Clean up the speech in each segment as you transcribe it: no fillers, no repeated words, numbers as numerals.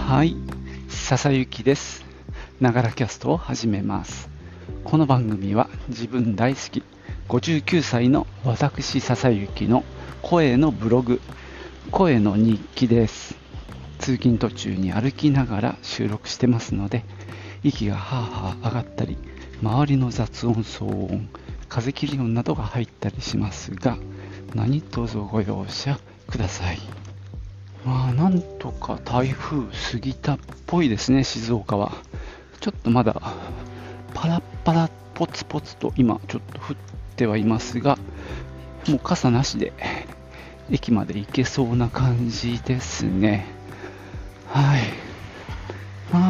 はい、笹雪です。ながらキャストを始めます。この番組は自分大好き59歳の私笹雪の声のブログ、声の日記です。通勤途中に歩きながら収録してますので、息がはあはあ上がったり、周りの雑音、騒音、風切り音などが入ったりしますが、何卒ご容赦ください。なんとか台風過ぎたっぽいですね、静岡は。ちょっとまだパラッパラポツポツと今ちょっと降ってはいますが、もう傘なしで駅まで行けそうな感じですね。はい。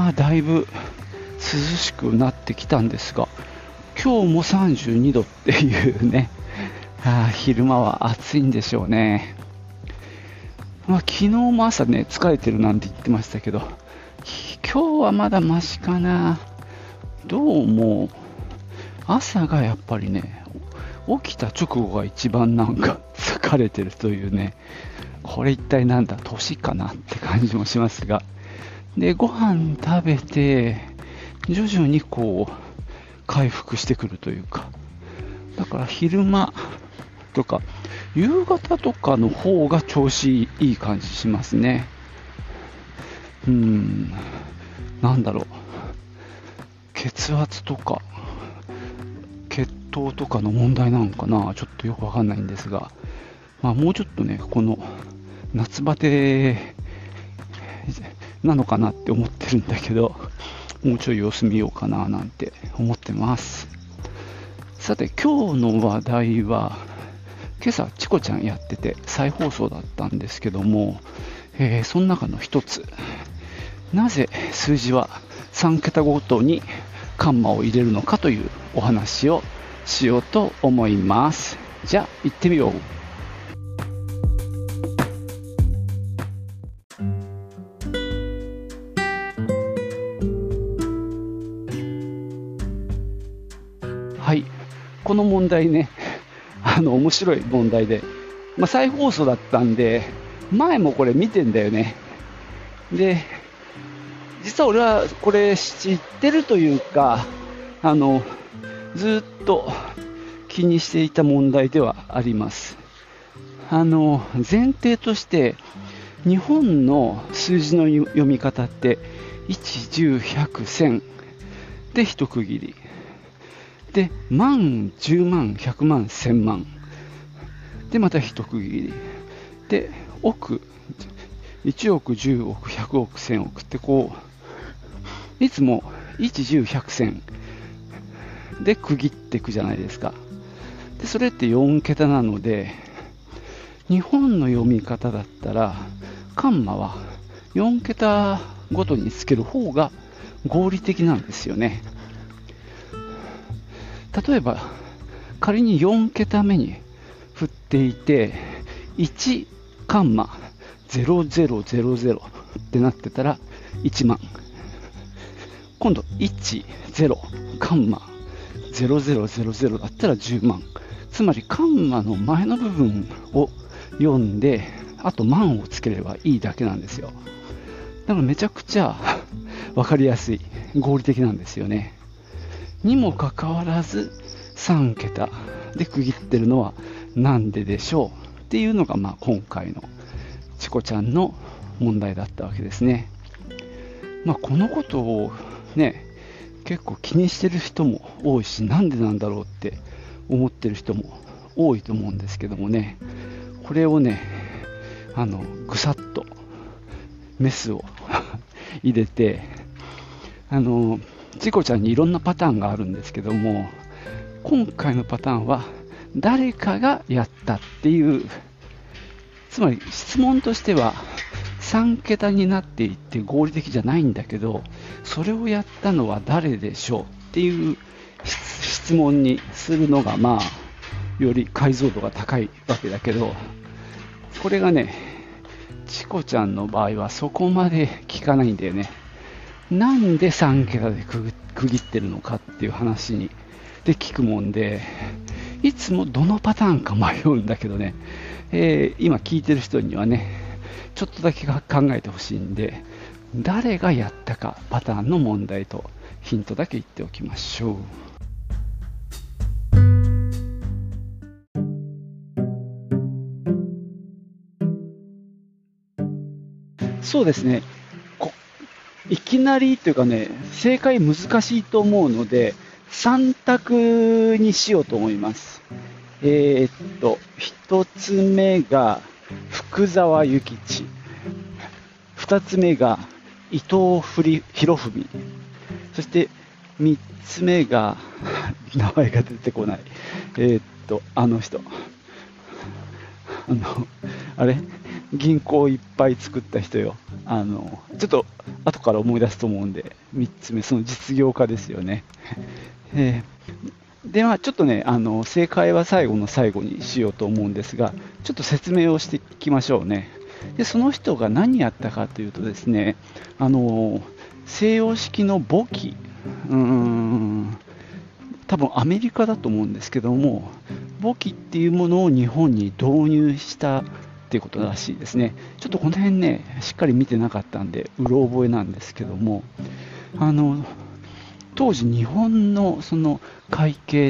だいぶ涼しくなってきたんですが、今日も32度っていうね、昼間は暑いんでしょうね。昨日も朝ね、疲れてるなんて言ってましたけど、今日はまだマシかな。どうも、朝がやっぱりね、起きた直後が一番なんか疲れてるというね、これ一体なんだ、年かなって感じもしますが、で、ご飯食べて、徐々にこう、回復してくるというか、だから昼間とか、夕方とかの方が調子いい感じしますね。なんだろう。血圧とか、血糖とかの問題なのかな、ちょっとよくわかんないんですが、もうちょっとね、この夏バテなのかなって思ってるんだけど、もうちょい様子見ようかななんて思ってます。さて、今日の話題は、今朝チコちゃんやってて再放送だったんですけども、その中の一つ、なぜ数字は3桁ごとにカンマを入れるのかというお話をしようと思います。じゃあ行ってみよう。はい、この問題ね、面白い問題で、再放送だったんで、前もこれ見てんだよね。で、実は俺はこれ知ってるというか、ずっと気にしていた問題ではあります。前提として、日本の数字の読み方って、1、10、100、1000で一区切り。で、万、10万、100万、1000万。で、また一区切り。で、億、1億、10億、100億、1000億ってこう、いつも1、10、100、1000で区切っていくじゃないですか。で、それって4桁なので、日本の読み方だったら、カンマは4桁ごとにつける方が合理的なんですよね。例えば、仮に4桁目に振っていて、1カンマ0000ってなってたら1万。今度、10カンマ0000だったら10万。つまり、カンマの前の部分を読んで、あと万をつければいいだけなんですよ。だからめちゃくちゃ分かりやすい、合理的なんですよね。にもかかわらず3桁で区切ってるのはなんででしょうっていうのが今回のチコちゃんの問題だったわけですね。このことをね、結構気にしてる人も多いし、なんでなんだろうって思ってる人も多いと思うんですけどもね、これをね、ぐさっとメスを入れて、チコちゃんにいろんなパターンがあるんですけども、今回のパターンは誰かがやったっていう、つまり質問としては3桁になっていって合理的じゃないんだけど、それをやったのは誰でしょうっていう質問にするのがより解像度が高いわけだけど、これがね、チコちゃんの場合はそこまで聞かないんだよね。なんで3桁で区切ってるのかっていう話で聞くもんで、いつもどのパターンか迷うんだけどね、今聞いてる人にはね、ちょっとだけ考えてほしいんで、 誰がやったかパターンの問題とヒントだけ言っておきましょう。そうですね、いきなりというかね、正解難しいと思うので、3択にしようと思います。1つ目が福沢諭吉、2つ目が伊藤博文、そして3つ目が名前が出てこない、あの人、あれ銀行いっぱい作った人よ。ちょっと後から思い出すと思うんで、3つ目、その実業家ですよね。ではちょっとね、正解は最後の最後にしようと思うんですが、ちょっと説明をしていきましょうね。でその人が何やったかというとですね、西洋式の簿記、多分アメリカだと思うんですけども、簿記っていうものを日本に導入したっていうことらしいですね。ちょっとこの辺ね、しっかり見てなかったんで、うろ覚えなんですけども、当時日本のその会計って、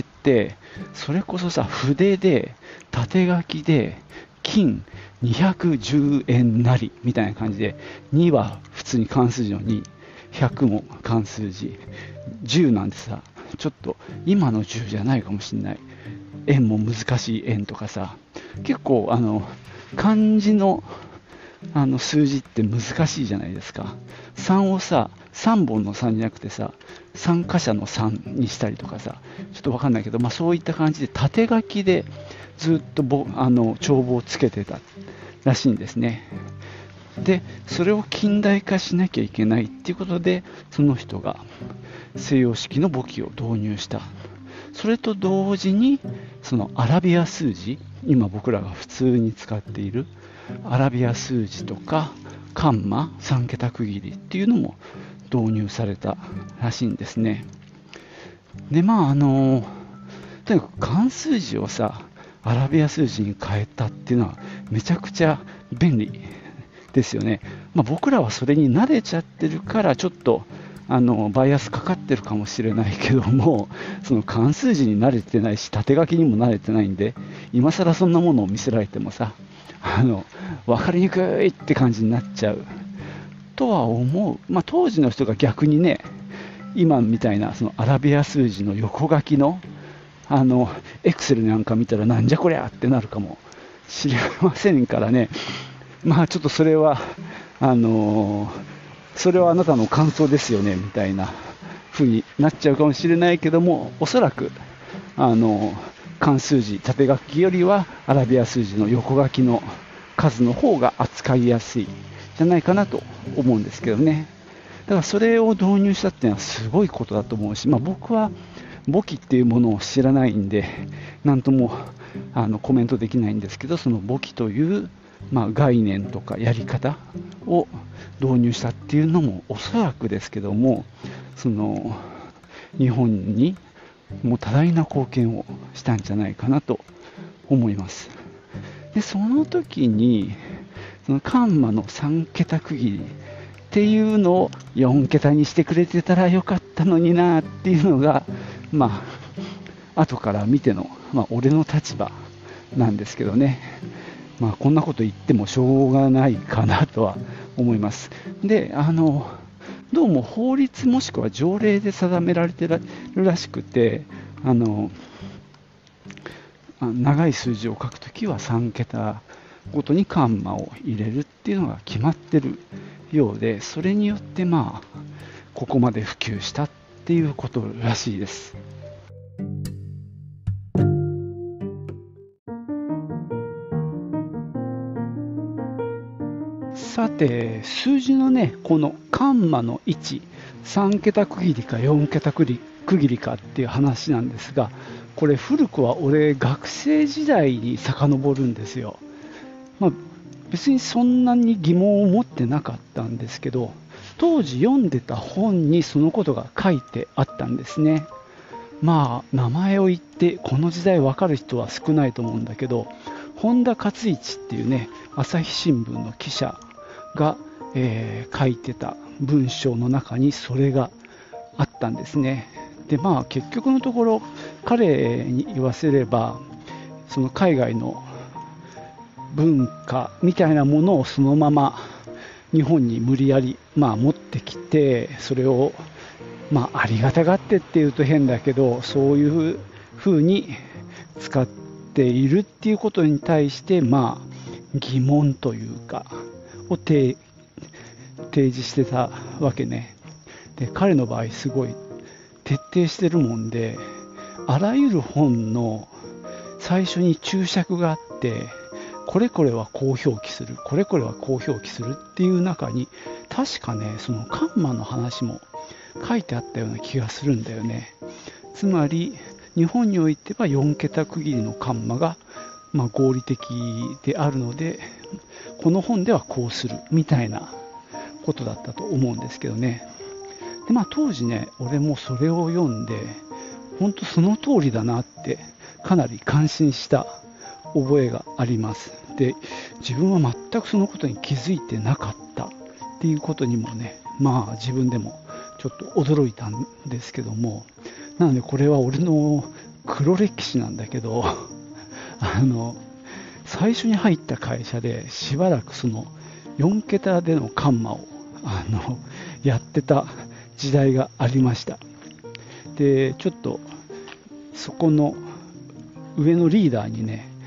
それこそさ、筆で、縦書きで、金210円なりみたいな感じで、2は普通に漢数字の2、100も漢数字、10なんてさ、ちょっと今の10じゃないかもしれない。円も難しい円とかさ、結構漢字の数字って難しいじゃないですか。3をさ、3本の3じゃなくてさ、参加者の3にしたりとかさ、ちょっとわかんないけど、そういった感じで縦書きでずっと帳簿をつけてたらしいんですね。で、それを近代化しなきゃいけないっていうことで、その人が西洋式の簿記を導入した。それと同時に、そのアラビア数字、今僕らが普通に使っているアラビア数字とかカンマ3桁区切りっていうのも導入されたらしいんですね。でとにかく漢数字をさ、アラビア数字に変えたっていうのはめちゃくちゃ便利ですよね。僕らはそれに慣れちゃってるからちょっとバイアスかかってるかもしれないけども、その漢数字に慣れてないし、縦書きにも慣れてないんで、今更そんなものを見せられてもさ、分かりにくいって感じになっちゃうとは思う。当時の人が逆にね、今みたいなそのアラビア数字の横書きのエクセルなんか見たらなんじゃこりゃってなるかもしれませんからね。ちょっとそれはそれはあなたの感想ですよねみたいな風になっちゃうかもしれないけども、おそらく漢数字縦書きよりはアラビア数字の横書きの数の方が扱いやすいじゃないかなと思うんですけどね。だからそれを導入したっていうのはすごいことだと思うし、僕は簿記っていうものを知らないんで何ともコメントできないんですけど、その簿記という概念とかやり方を導入したっていうのもおそらくですけども、その日本にもう多大な貢献をしたんじゃないかなと思います。でその時にそのカンマの3桁区切りっていうのを4桁にしてくれてたらよかったのになっていうのが後から見ての、俺の立場なんですけどね。こんなこと言ってもしょうがないかなとは思います。で、どうも法律もしくは条例で定められてるらしくて、長い数字を書くときは3桁ごとにカンマを入れるっていうのが決まってるようで、それによってここまで普及したっていうことらしいです。さて、数字のね、このカンマの位置、3桁区切りか4桁区切りかっていう話なんですが、これ古くは俺学生時代に遡るんですよ。別にそんなに疑問を持ってなかったんですけど、当時読んでた本にそのことが書いてあったんですね。名前を言ってこの時代分かる人は少ないと思うんだけど、本田勝一っていうね、朝日新聞の記者が、書いてた、 文章の中にそれがあったんですね。で結局のところ彼に言わせればその海外の文化みたいなものをそのまま日本に無理やり持ってきて、それをありがたがってっていうと変だけど、そういう風に使っているっていうことに対して疑問というかを提示してたわけね。で彼の場合すごい徹底してるもんで、あらゆる本の最初に注釈があって、これこれはこう表記する、これこれはこう表記するっていう中に確かね、そのカンマの話も書いてあったような気がするんだよね。つまり日本においては4桁区切りのカンマが合理的であるので、この本ではこうするみたいなことだったと思うんですけどね。で当時ね、俺もそれを読んで本当その通りだなってかなり感心した覚えがあります。で自分は全くそのことに気づいてなかったっていうことにもね、自分でもちょっと驚いたんですけども、なのでこれは俺の黒歴史なんだけど最初に入った会社でしばらくその4桁でのカンマをやってた時代がありました。でちょっとそこの上のリーダーにね、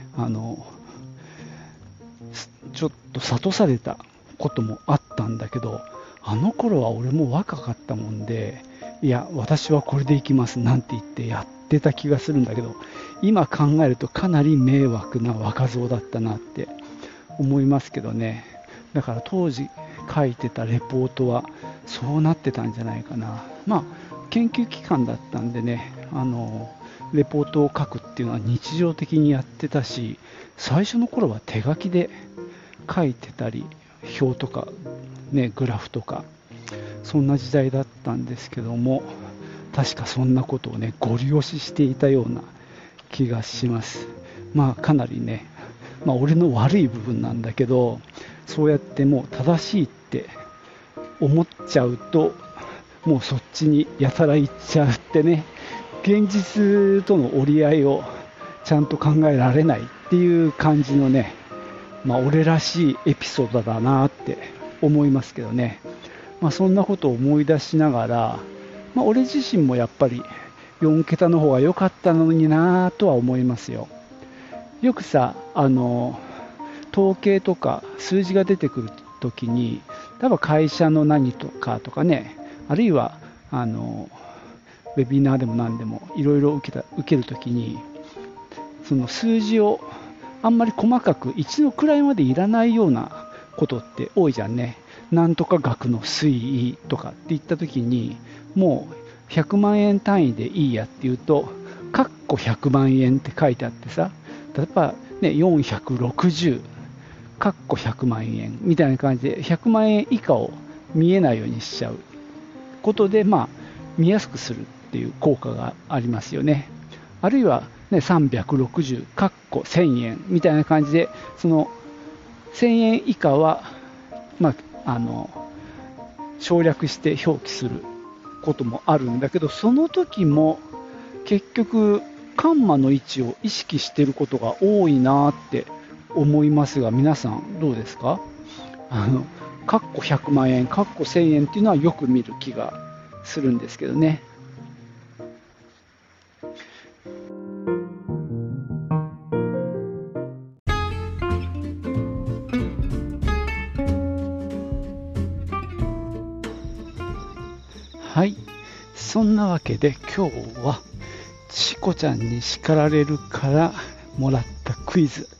ちょっと諭されたこともあったんだけど、あの頃は俺も若かったもんで、いや私はこれでいきますなんて言ってやってた気がするんだけど、今考えるとかなり迷惑な若造だったなって思いますけどね。だから当時書いてたレポートはそうなってたんじゃないかな。研究機関だったんでね、レポートを書くっていうのは日常的にやってたし、最初の頃は手書きで書いてたり、表とか、グラフとかそんな時代だったんですけども、確かそんなことをねご利用ししていたような気がします。かなりね、俺の悪い部分なんだけど、そうやってもう正しいって思っちゃうともうそっちにやたら行っちゃうってね、現実との折り合いをちゃんと考えられないっていう感じのね、俺らしいエピソードだなって思いますけどね。そんなことを思い出しながら、俺自身もやっぱり4桁の方が良かったのになとは思いますよ。よくさ、統計とか数字が出てくるときに、多分会社の何とかとかね、あるいはウェビナーでも何でもいろいろ受けるときに、その数字をあんまり細かく1の位までいらないようなことって多いじゃんね。なんとか額の推移とかって言ったときに、もう100万円単位でいいやっていうと、かっこ100万円って書いてあってさ、例えばね、460かっこ100万円みたいな感じで100万円以下を見えないようにしちゃうことで、見やすくするっていう効果がありますよね。あるいは、ね、360かっこ1000円みたいな感じで、その1000円以下は、省略して表記することもあるんだけど、その時も結局カンマの位置を意識していることが多いなって思いますが、皆さんどうですか？かっこ100万円、かっこ1000円っていうのはよく見る気がするんですけどね。はい、そんなわけで今日はチコちゃんに叱られるからもらったクイズ、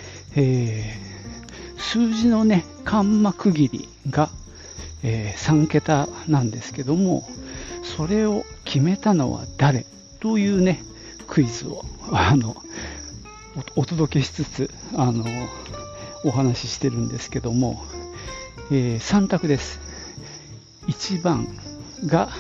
数字のねカンマ区切りが、3桁なんですけども、それを決めたのは誰というねクイズをお届けしつつお話ししてるんですけども、3択です。1番が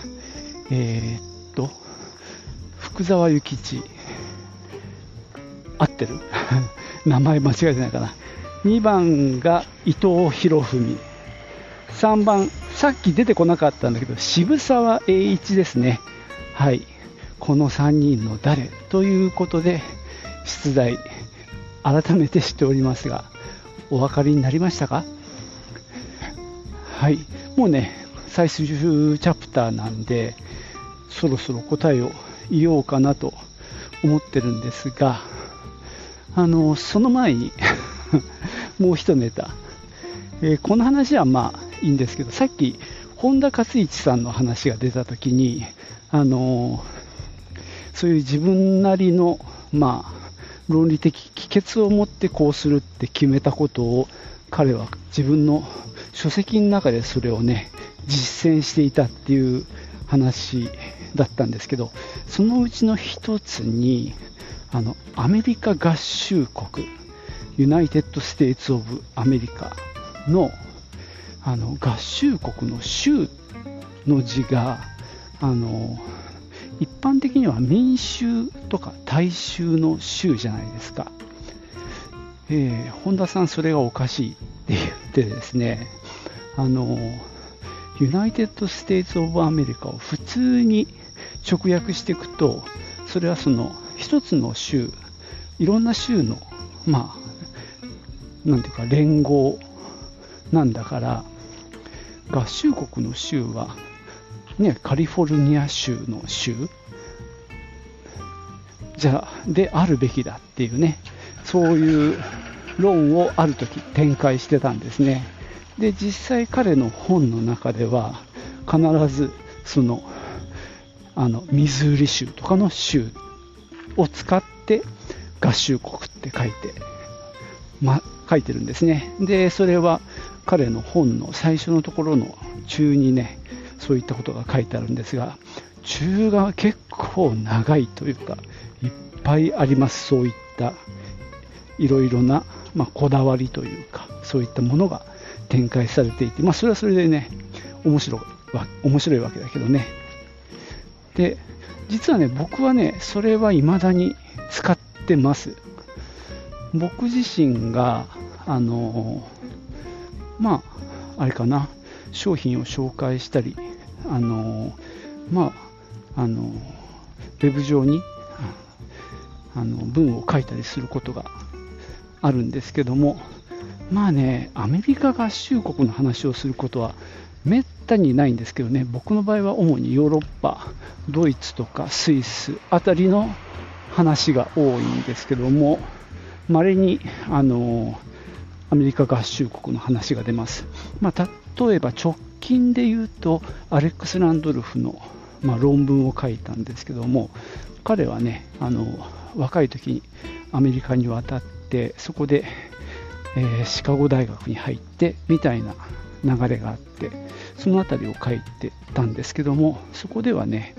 福沢諭吉、合ってる名前間違えてないかな。2番が伊藤博文、3番さっき出てこなかったんだけど、渋沢栄一ですね。はい、この3人の誰ということで出題改めてしておりますが、お分かりになりましたか？はい、もうね最終チャプターなんで、そろそろ答えを言おうかなと思ってるんですが、その前にもう一ネタ、この話はまあいいんですけど、さっき本田勝一さんの話が出たときに、そういう自分なりの、まあ、論理的帰結を持ってこうするって決めたことを、彼は自分の書籍の中でそれをね実践していたっていう話だったんですけど、そのうちの一つにアメリカ合衆国ユナイテッド・ステイツ・オブ・アメリカの合衆国の州の字が一般的には民衆とか大衆の州じゃないですか。本田さんそれがおかしいって言ってですね、ユナイテッド・ステイツ・オブ・アメリカを普通に直訳していくと、それはその一つの州、いろんな州のまあなんていうか連合なんだから、合衆国の州はねカリフォルニア州の州であるべきだっていうね、そういう論をある時展開してたんですね。で実際彼の本の中では必ずそのミズーリ州とかの州を使って合衆国って書いてるんですね。でそれは彼の本の最初のところの中にねそういったことが書いてあるんですが、中が結構長いというかいっぱいあります。そういったいろいろな、こだわりというかそういったものが展開されていて、それはそれでね面白いわけだけどね。で実はね僕はねそれは未だに使ってます。僕自身があれかな、商品を紹介したりウェブ上に文を書いたりすることがあるんですけども、アメリカ合衆国の話をすることはめったにないんですけどね、僕の場合は主にヨーロッパ、ドイツとかスイスあたりの話が多いんですけども、稀にアメリカ合衆国の話が出ます。例えば直近で言うとアレックス・ランドルフの、論文を書いたんですけども、彼はね若い時にアメリカに渡って、そこで、シカゴ大学に入ってみたいな流れがあって、そのあたりを書いてたんですけども、そこではね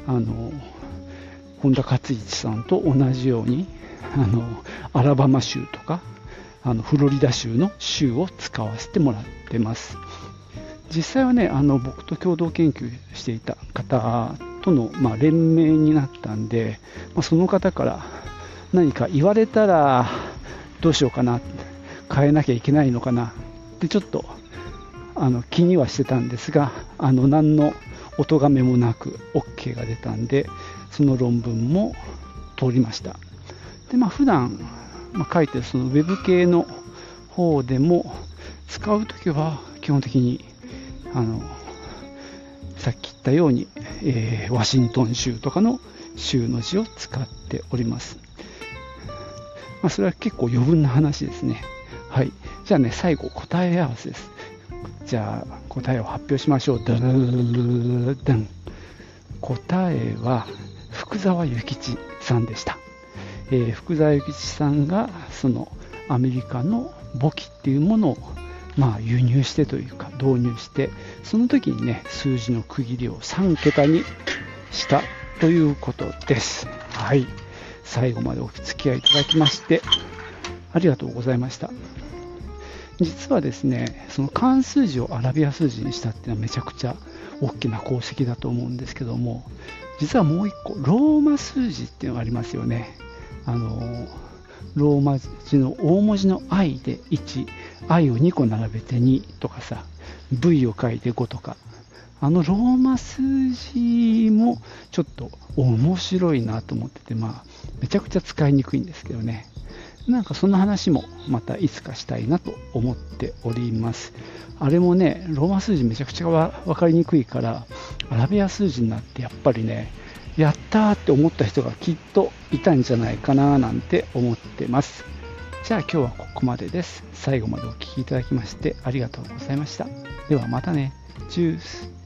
本田勝一さんと同じようにアラバマ州とかフロリダ州の州を使わせてもらってます。実際はね僕と共同研究していた方との、連名になったんで、その方から何か言われたらどうしようかな、変えなきゃいけないのかなってちょっと気にはしてたんですが、何のお咎めもなく OK が出たんで、その論文も通りました。で普段、書いてるそのウェブ系の方でも使うときは基本的にさっき言ったように、ワシントン州とかの州の字を使っております。それは結構余分な話ですね。はい。じゃあね、最後答え合わせです。じゃあ答えを発表しましょう。答えは福沢諭吉さんでした。福沢諭吉さんがそのアメリカの簿記っていうものを輸入してというか導入して、その時にね数字の区切りを3桁にしたということです。はい、最後までお付き合いいただきましてありがとうございました。実はですね、その漢数字をアラビア数字にしたっていうのはめちゃくちゃ大きな功績だと思うんですけども、実はもう一個ローマ数字っていうのがありますよね。ローマ字の大文字の I で1、 I を2個並べて2とかさ、V を書いて5とか、ローマ数字もちょっと面白いなと思ってて、めちゃくちゃ使いにくいんですけどね。なんかその話もまたいつかしたいなと思っております。あれもね、ローマ数字めちゃくちゃ分かりにくいから、アラビア数字になってやっぱりね、やったーって思った人がきっといたんじゃないかななんて思ってます。じゃあ今日はここまでです。最後までお聞きいただきましてありがとうございました。ではまたね。チュース。